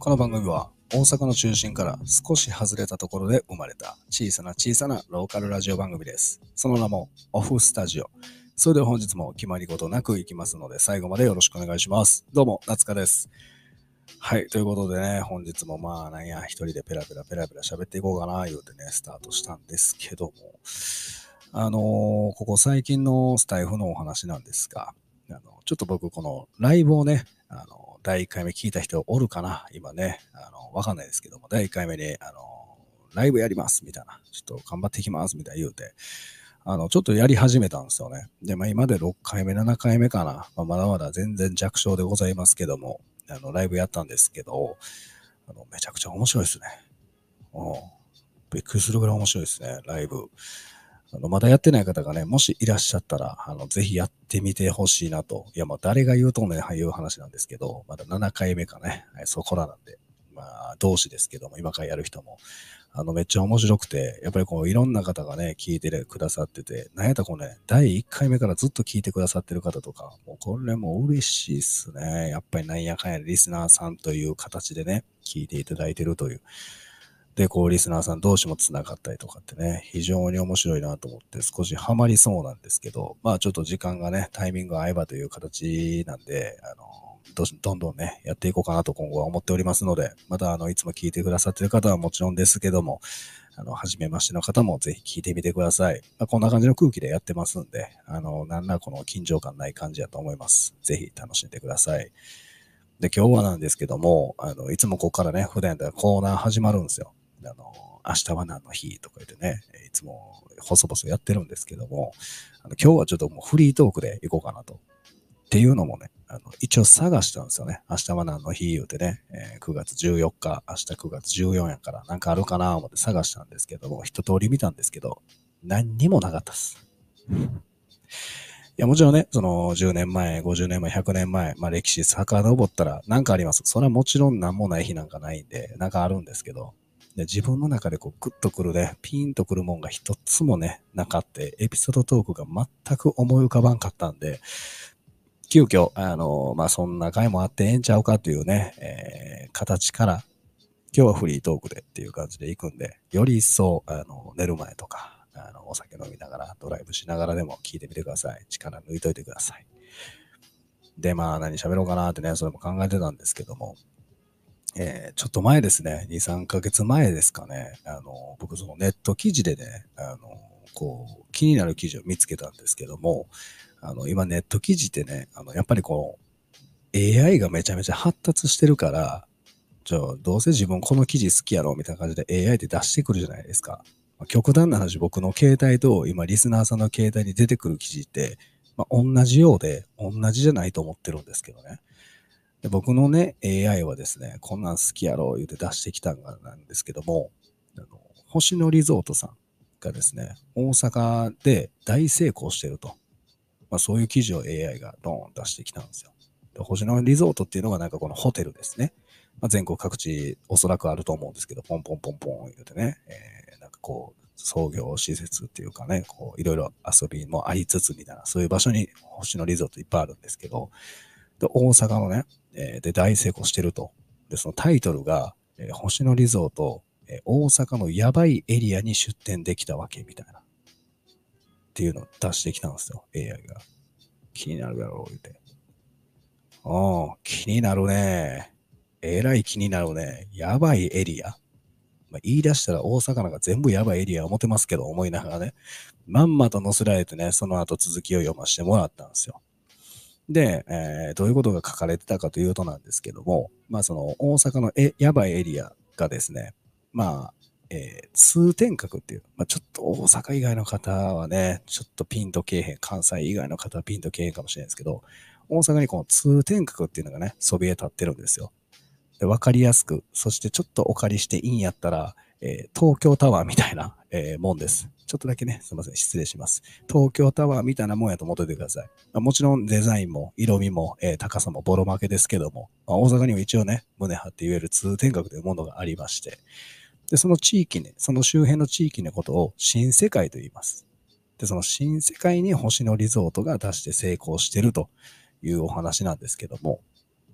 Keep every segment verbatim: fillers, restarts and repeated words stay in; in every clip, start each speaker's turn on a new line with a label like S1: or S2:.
S1: この番組は大阪の中心から少し外れたところで生まれた小さな小さなローカルラジオ番組です。その名もオフスタジオ。それでは本日も決まり事なくいきますので最後までよろしくお願いします。どうも、夏香です。はい、ということでね、本日もまあなんや一人でペラペラペラペラ喋っていこうかな言うてね、スタートしたんですけども、あのー、ここ最近のスタイフのお話なんですが、あのちょっと僕このライブをね、あのだいいっかいめ聞いた人おるかな今ね、あのわかんないですけども、だいいっかいめにあのライブやりますみたいな、ちょっと頑張っていきますみたいな言うて、あのちょっとやり始めたんですよね。で、まあ今でろっかいめ、ななかいめかな。まあ、まだまだ全然弱小でございますけども、あのライブやったんですけど、あのめちゃくちゃ面白いですね。うん、びっくりするぐらい面白いですね、ライブ。あのまだやってない方がね、もしいらっしゃったら、あのぜひやってみてほしいなと。いや、まあ誰が言うとんねん、いう話なんですけど、まだななかいめかね、そこらなんで、まあ同志ですけども、今からやる人も、あのめっちゃ面白くて、やっぱりこういろんな方がね、聞いてくださってて、なんやったらこうね、だいいっかいめからずっと聞いてくださってる方とか、もうこれも嬉しいっすね。やっぱりなんやかんやリスナーさんという形でね、聞いていただいてるという。で、こう、リスナーさん同士もつながったりとかってね、非常に面白いなと思って少しハマりそうなんですけど、まあちょっと時間がね、タイミングが合えばという形なんで、あの、どどんどんね、やっていこうかなと今後は思っておりますので、またあの、いつも聞いてくださっている方はもちろんですけども、あの、初めましての方もぜひ聞いてみてください。まあ、こんな感じの空気でやってますんで、あの、なんらこの緊張感ない感じだと思います。ぜひ楽しんでください。で、今日はなんですけども、あの、いつもここからね、普段やったらコーナー始まるんですよ。あの、明日は何の日とか言ってね、いつも細々やってるんですけども、あの今日はちょっともうフリートークで行こうかなと。っていうのもね、あの一応探したんですよね。明日は何の日言うてね、えー、くがつじゅうよっか、明日くがつじゅうよっかやからなんかあるかな思って探したんですけども、一通り見たんですけど、何にもなかったです。いや、もちろんね、そのじゅうねんまえ、ごじゅうねんまえ、ひゃくねんまえ、まあ歴史遡ったら何かあります。それはもちろん何もない日なんかないんで、なんかあるんですけど、で自分の中でこうグッとくるね、ピンとくるもんが一つもね、なかって、エピソードトークが全く思い浮かばんかったんで、急遽、あの、まあそんな回もあってええんちゃうかというね、えー、形から、今日はフリートークでっていう感じで行くんで、より一層、あの、寝る前とか、あの、お酒飲みながら、ドライブしながらでも聞いてみてください。力抜いといてください。で、まあ、何喋ろうかなってね、それも考えてたんですけども、えー、ちょっと前ですね、に、さんかげつまえですかね、あの、僕そのネット記事でね、あの、こう、気になる記事を見つけたんですけども、あの、今ネット記事ってね、あの、やっぱりこう、エーアイ がめちゃめちゃ発達してるから、じゃあ、どうせ自分この記事好きやろみたいな感じで エーアイ って出してくるじゃないですか。まあ、極端な話、僕の携帯と今リスナーさんの携帯に出てくる記事って、まあ、同じようで同じじゃないと思ってるんですけどね。で僕のね、エーアイ はですね、こんなん好きやろ言うて出してきたんなんですけども、あの星野リゾートさんがですね、大阪で大成功してると。まあ、そういう記事を エーアイ がドーン出してきたんですよ。で星野リゾートっていうのがなんかこのホテルですね。まあ、全国各地おそらくあると思うんですけど、ポンポンポンポン言うてね、えー、なんかこう、創業施設っていうかね、こう、いろいろ遊びもありつつみたいな、そういう場所に星野リゾートいっぱいあるんですけど、で大阪のね、えー、で大成功してると。で、そのタイトルが、えー、星野リゾート、えー、大阪のやばいエリアに出店できたわけみたいな。っていうのを出してきたんですよ、エーアイ が。気になるやろ、言うて。おー、気になるね。えらい気になるね。やばいエリア。まあ、言い出したら大阪なんか全部やばいエリア思ってますけど、思いながらね。まんまと載せられてね、その後続きを読ませてもらったんですよ。で、えー、どういうことが書かれてたかというとなんですけども、まあその大阪のえやばいエリアがですね、まあ、えー、通天閣っていう、まあちょっと大阪以外の方はね、ちょっとピンとけえへん、関西以外の方はピンとけえへんかもしれないですけど、大阪にこの通天閣っていうのがね、そびえ立ってるんですよ。で、わかりやすく、そしてちょっとお借りしていいんやったら、えー東京タワーみたいな、えーもんです。ちょっとだけね、すみません、失礼します。東京タワーみたいなもんやと思っておいてください。まあもちろんデザインも色味も、えー高さもボロ負けですけども、まあ大阪にも一応ね、胸張って言える通天閣というものがありまして、で、その地域ね、その周辺の地域のことを新世界と言います。で、その新世界に星野リゾートが出して成功してるというお話なんですけども、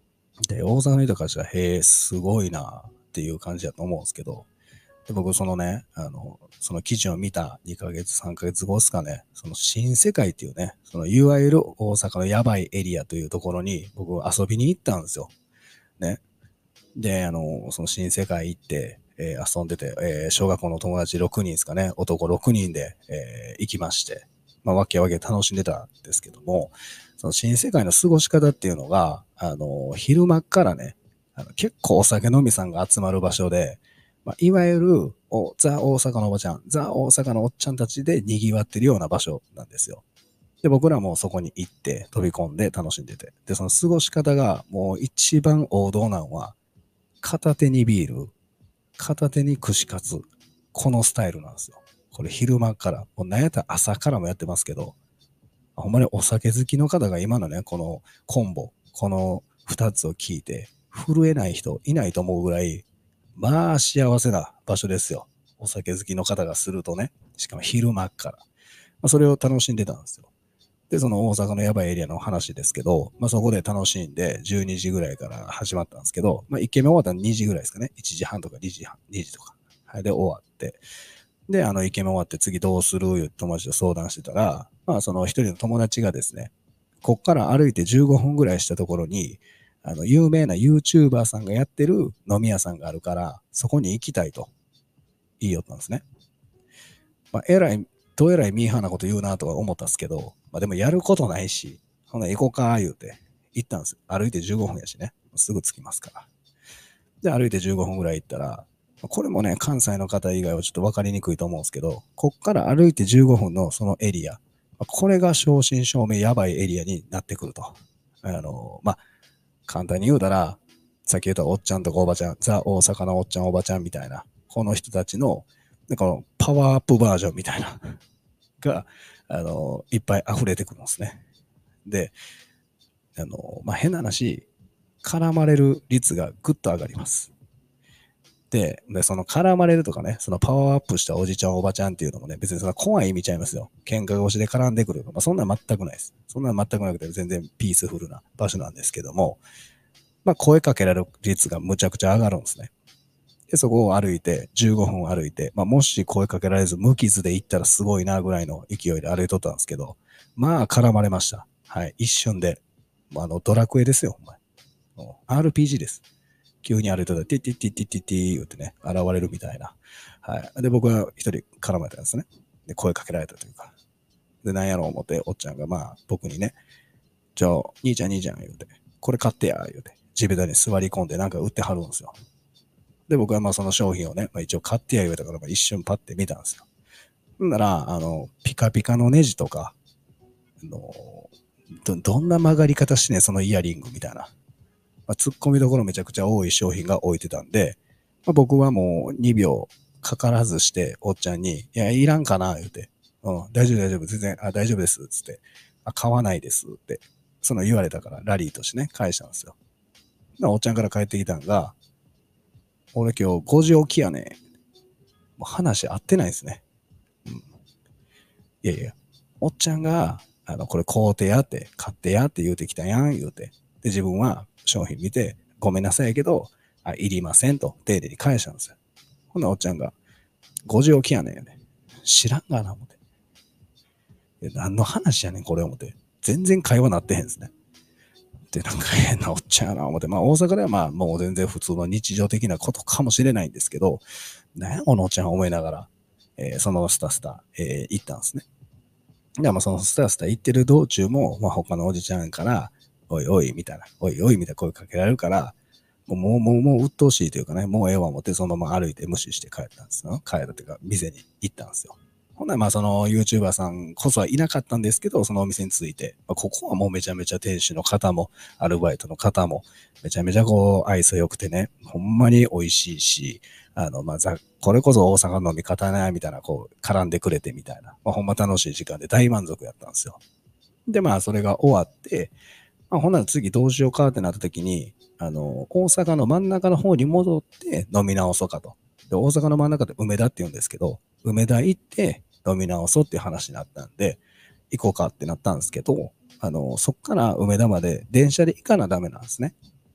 S1: で、大阪の人からしたら、へえ、すごいなっていう感じだと思うんですけど、で僕、そのね、あの、その記事を見たにかげつ、さんかげつごですかね、その新世界っていうね、そのいわゆる大阪のやばいエリアというところに僕遊びに行ったんですよ。ね。で、あの、その新世界行って、えー遊んでて、えー小学校の友達ろくにんですかね、男ろくにんで、えー行きまして、まあ、わけわけ楽しんでたんですけども、その新世界の過ごし方っていうのが、あの、昼間っからね、あの結構お酒飲みさんが集まる場所で、まあ、いわゆるおザ・大阪のおばちゃん、ザ・大阪のおっちゃんたちで賑わってるような場所なんですよ。で、僕らもそこに行って飛び込んで楽しんでて。で、その過ごし方がもう一番王道なのは、片手にビール、片手に串カツ。このスタイルなんですよ。これ昼間から、もうなんやったら朝からもやってますけど、ほんまにお酒好きの方が今のね、このコンボ、この二つを聞いて、震えない人いないと思うぐらい、まあ幸せな場所ですよ。お酒好きの方がするとね、しかも昼間から。まあ、それを楽しんでたんですよ。で、その大阪のやばいエリアの話ですけど、まあそこで楽しんでじゅうにじぐらいから始まったんですけど、まあいっけんめ終わったらにじぐらいですかね。いちじはんとかにじはん、にじとか。はい、で終わって。で、あのいっけんめ終わって次どうするいう友達と相談してたら、まあその一人の友達がですね、こっから歩いてじゅうごふんぐらいしたところに、あの有名な YouTuber さんがやってる飲み屋さんがあるから、そこに行きたいと言いよったんですね。まあ、えらい、どうえらいミーハーなこと言うなとか思ったんですけど、まあでもやることないし、ほな行こうか、言うて、行ったんですよ。歩いてじゅうごふんやしね。すぐ着きますから。で、歩いてじゅうごふんぐらい行ったら、これもね、関西の方以外はちょっと分かりにくいと思うんですけど、こっから歩いてじゅうごふんのそのエリア、これが正真正銘やばいエリアになってくると。あの、まあ、簡単に言うたら、さっき言ったおっちゃんとかおばちゃん、ザ・大阪のおっちゃんおばちゃんみたいな、この人たちの、このパワーアップバージョンみたいなが、あの、いっぱい溢れてくるんですね。で、あの、まあ、変な話、絡まれる率がぐっと上がります。で、でその絡まれるとかね、そのパワーアップしたおじちゃんおばちゃんっていうのもね、別にその怖い意味ちゃいますよ。喧嘩越しで絡んでくる。まあ、そんな全くないです。そんな全くなくて全然ピースフルな場所なんですけども、まあ、声かけられる率がむちゃくちゃ上がるんですね。で、そこを歩いて、じゅうごふん歩いて、まあ、もし声かけられず無傷で行ったらすごいなぐらいの勢いで歩いとったんですけど、まあ、絡まれました。はい。一瞬で。あの、ドラクエですよ、お前。アールピージー です。急に歩いてたら、ティッティッティッティッティッティ言ってね、現れるみたいな。はい。で、僕は一人絡まれたんですね。で、声かけられたというか。で、なんやろう思って、おっちゃんが、まあ、僕にね、じゃあ、兄ちゃん兄ちゃん言うて、これ買ってや、言うて、地べたに座り込んでなんか売ってはるんですよ。で、僕はまあその商品をね、まあ、一応買ってや言うたから、まあ、一瞬パッて見たんですよ。ほんなら、あの、ピカピカのネジとか、あのど、どんな曲がり方してねそのイヤリングみたいな。まあ、突っ込みどころめちゃくちゃ多い商品が置いてたんで、まあ、僕はもうにびょうかからずして、おっちゃんに、いや、いらんかな言うて、うん、大丈夫大丈夫、全然、あ、大丈夫です、つって、あ、買わないです、って、その言われたからラリーとしてね、返したんですよ。おっちゃんから帰ってきたんが、俺今日ごじ起きやね。もう話合ってないですね。うん、いやいや、おっちゃんが、あの、これ買うてやって、買ってやって言うてきたやん、言うて。で、自分は商品見て、ごめんなさいけど、あ、いりませんと、丁寧に返したんですよ。ほんなおっちゃんが、ごじ起きやねん、ね。知らんがな、思って。何の話やねん、これ思って。全然会話なってへんですね。で、なんか変なおっちゃんやな、思って。まあ、大阪ではまあ、もう全然普通の日常的なことかもしれないんですけど、なんや、このおっちゃん思いながら、えー、そのスタスタ、えー、行ったんですね。で、まあ、そのスタスタ行ってる道中も、まあ、他のおじちゃんから、おいおい、みたいな、おいおい、みたいな声かけられるから、もう、もう、もう、もう鬱陶しいというかね、もうええわ思って、そのまま歩いて無視して帰ったんですよ。帰るというか、店に行ったんですよ。ほんならまあその YouTuber さんこそはいなかったんですけど、そのお店について、まあ、ここはもうめちゃめちゃ店主の方も、アルバイトの方も、めちゃめちゃこう、愛想良くてね、ほんまに美味しいし、あの、まあ、ざ、これこそ大阪の飲み方ね、みたいな、こう、絡んでくれてみたいな、まあ、ほんま楽しい時間で大満足やったんですよ。で、まあ、それが終わって、まあ、ほんなら次どうしようかってなった時に、あの、大阪の真ん中の方に戻って飲み直そうかと。で、大阪の真ん中って梅田って言うんですけど、梅田行って飲み直そうっていう話になったんで、行こうかってなったんですけど、あの、そっから梅田まで電車で行かなダメなんですね。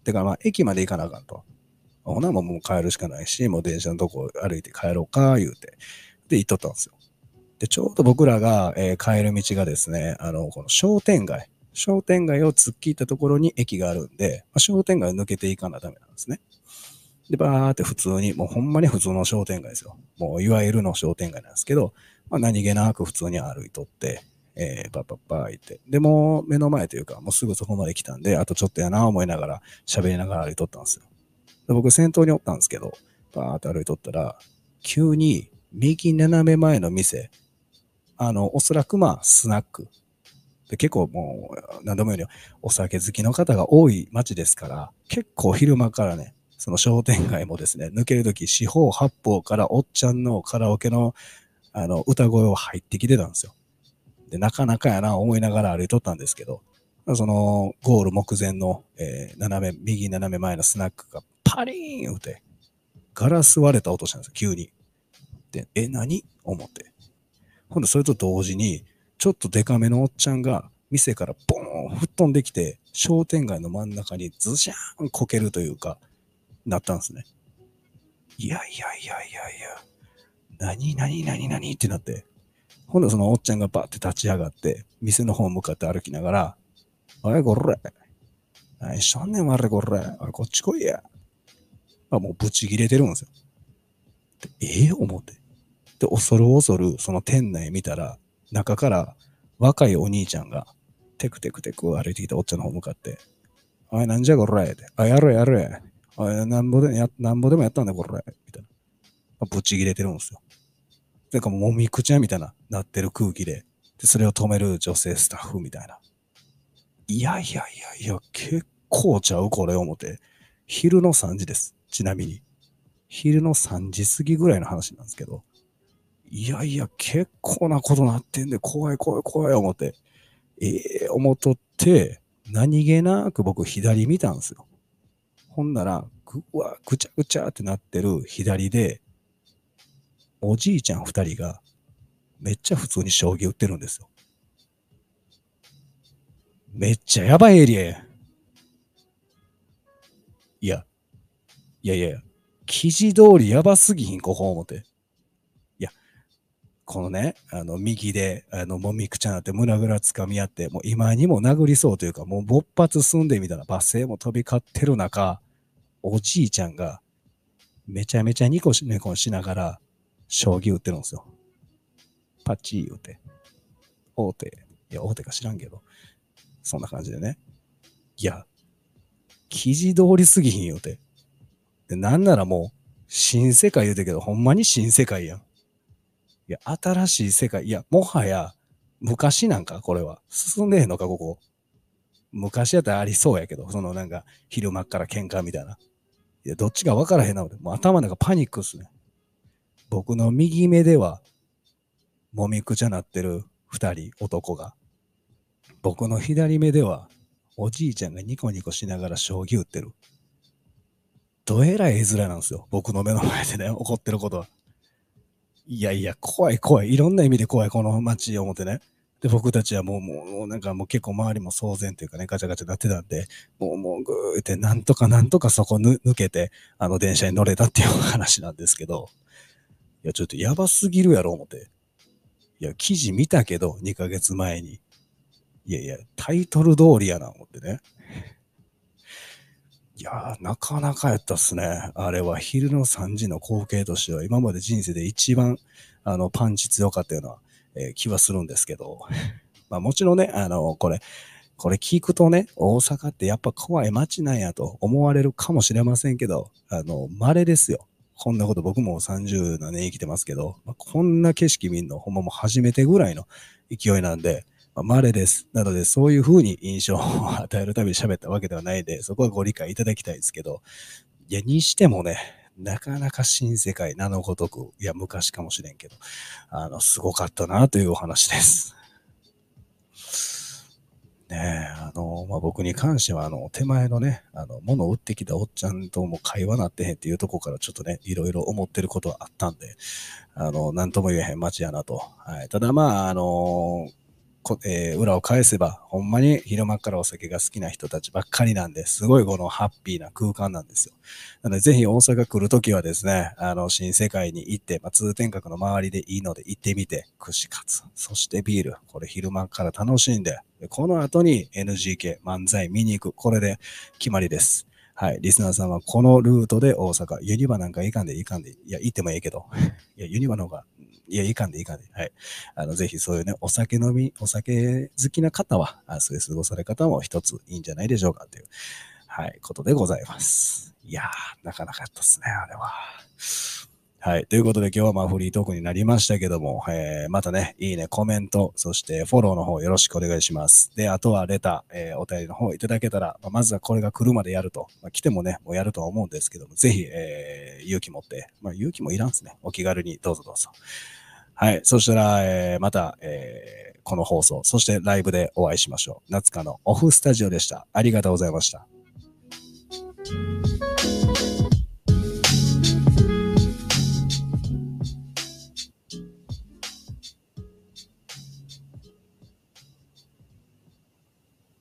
S1: てかまあ駅まで行かなあかんと。ほなもうもう帰るしかないし、もう電車のとこ歩いて帰ろうか、言うて。で、行っとったんですよ。で、ちょうど僕らが、えー帰る道がですね、あの、この商店街。商店街を突っ切ったところに駅があるんで、まあ、商店街を抜けていかなダメなんですね。で、バーって普通に、もうほんまに普通の商店街ですよ。もういわゆるの商店街なんですけど、まあ、何気なく普通に歩いとって、えー、パッパッパー行って。で、もう目の前というか、もうすぐそこまで来たんで、あとちょっとやな思いながら喋りながら歩いとったんですよ。で僕先頭におったんですけど、バーって歩いとったら、急に右斜め前の店、あの、おそらくまあ、スナック。で結構もう、何度も言うように、お酒好きの方が多い街ですから、結構昼間からね、その商店街もですね、抜けるとき、四方八方からおっちゃんのカラオケの、あの、歌声を入ってきてたんですよ。で、なかなかやな思いながら歩いとったんですけど、その、ゴール目前の、えー斜め、右斜め前のスナックがパリーン言うて、ガラス割れた音したんですよ、急に。で、え、何思って。ほんで、それと同時に、ちょっとデカめのおっちゃんが、店からボーン吹っ飛んできて、商店街の真ん中にズシャーンこけるというか、なったんですね。いやいやいやいやいや、何何何何ってなって、ほんでそのおっちゃんがバーって立ち上がって、店の方向かって歩きながら、おいこれ、何しとんねん悪いこれ、おいこっち来いや。あ、もうブチ切れてるんですよ。でええ思って。で、恐る恐るその店内見たら、中から若いお兄ちゃんが、テクテクテク歩いてきたおっちゃんの方向かって、おい、なんじゃこれって。あ、やるやるや。おい、なんぼでや、なんぼでもやったんだこれ。みたいな。ぶち切れてるんですよ。なんかもうもみくちゃみたいな、なってる空気で。で、それを止める女性スタッフみたいな。いやいやいやいや、結構ちゃうこれ思って。昼のさんじです。ちなみに。昼のさんじ過ぎぐらいの話なんですけど。いやいや、結構なことなってんで、怖い怖い怖い思って。ええー、思っとって、何気なく僕左見たんですよ。ほんなら、ぐわ、ぐちゃぐちゃってなってる左で、おじいちゃん二人が、めっちゃ普通に将棋売ってるんですよ。めっちゃやばいエリアや。いや、いやいや、記事通りやばすぎひん、ここ思って。いや、このね、あの、右で、あの、もみくちゃなって胸ぐらつかみ合って、もう今にも殴りそうというか、もう勃発済んでみたいな罵声も飛び交ってる中、おじいちゃんが、めちゃめちゃニコニコしながら、将棋売ってるんですよ。パッチー言うて。大手。いや、大手か知らんけど。そんな感じでね。いや、記事通りすぎひんよって。で、なんならもう、新世界言うてるけど、ほんまに新世界やん。いや、新しい世界。いや、もはや、昔なんか、これは。進んでへんのか、ここ。昔やったらありそうやけど、そのなんか、昼間っから喧嘩みたいな。いや、どっちか分からへんなので、もう頭なんかパニックっすね。僕の右目では、もみくちゃなってる二人、男が。僕の左目では、おじいちゃんがニコニコしながら将棋打ってる。どえらい絵面なんですよ。僕の目の前でね、起こってることは。いやいや、怖い怖い。いろんな意味で怖い、この街を思ってね。で、僕たちはもう、もう、もうなんかもう結構周りも騒然というかね、ガチャガチャなってたんで、もう、もう、ぐーって、なんとかなんとかそこぬ抜けて、あの電車に乗れたっていう話なんですけど、いや、ちょっとやばすぎるやろ、思って。いや、記事見たけど、にかげつまえに。いやいや、タイトル通りやな、思ってね。いやー、なかなかやったっすね。あれは昼のさんじの光景としては、今まで人生で一番、あの、パンチ強かったような、えー気はするんですけど。まあもちろんね、あの、これ、これ聞くとね、大阪ってやっぱ怖い街なんやと思われるかもしれませんけど、あの、稀ですよ。こんなこと僕もさんじゅうなねん生きてますけど、まあ、こんな景色見んのほんまもう初めてぐらいの勢いなんで、まあ、稀です。なので、そういう風に印象を与えるために喋ったわけではないで、そこはご理解いただきたいですけど、いや、にしてもね、なかなか新世界、名のごとく、いや、昔かもしれんけど、あの、すごかったなというお話です。ねえ、あの、まあ、僕に関しては、あの、手前のね、あの、物を売ってきたおっちゃんとも会話なってへんっていうところからちょっとね、いろいろ思ってることはあったんで、あの、なんとも言えへん街やなと。はい。ただまあ、あの、 こ、えー裏を返せば、ほんまに昼間からお酒が好きな人たちばっかりなんで、すごいこのハッピーな空間なんですよ。なので、ぜひ大阪来るときはですね、あの、新世界に行って、まあ、通天閣の周りでいいので行ってみて、串カツ、そしてビール、これ昼間から楽しんで、でこの後に エヌジーケー 漫才見に行く。これで決まりです。はい。リスナーさんはこのルートで大阪、ユニバなんか行かんで行かんで、いや、行ってもいいけど、いや、ユニバの方が、いや、いかんでいかんで。はい。あの、ぜひそういうね、お酒飲み、お酒好きな方は、あそういう過ごされ方も一ついいんじゃないでしょうかという、はい、ことでございます。いやー、なかなかやったっすね、あれは。はい。ということで今日はまあフリートークになりましたけども、えー、またね、いいね、コメント、そしてフォローの方よろしくお願いします。で、あとはレター、えー、お便りの方いただけたら、まあ、まずはこれが来るまでやると。まあ、来てもね、もうやるとは思うんですけども、ぜひ、えー、勇気持って、まあ勇気もいらんすね。お気軽にどうぞどうぞ。はい。そしたら、えー、また、えー、この放送、そしてライブでお会いしましょう。夏香のオフスタジオでした。ありがとうございました。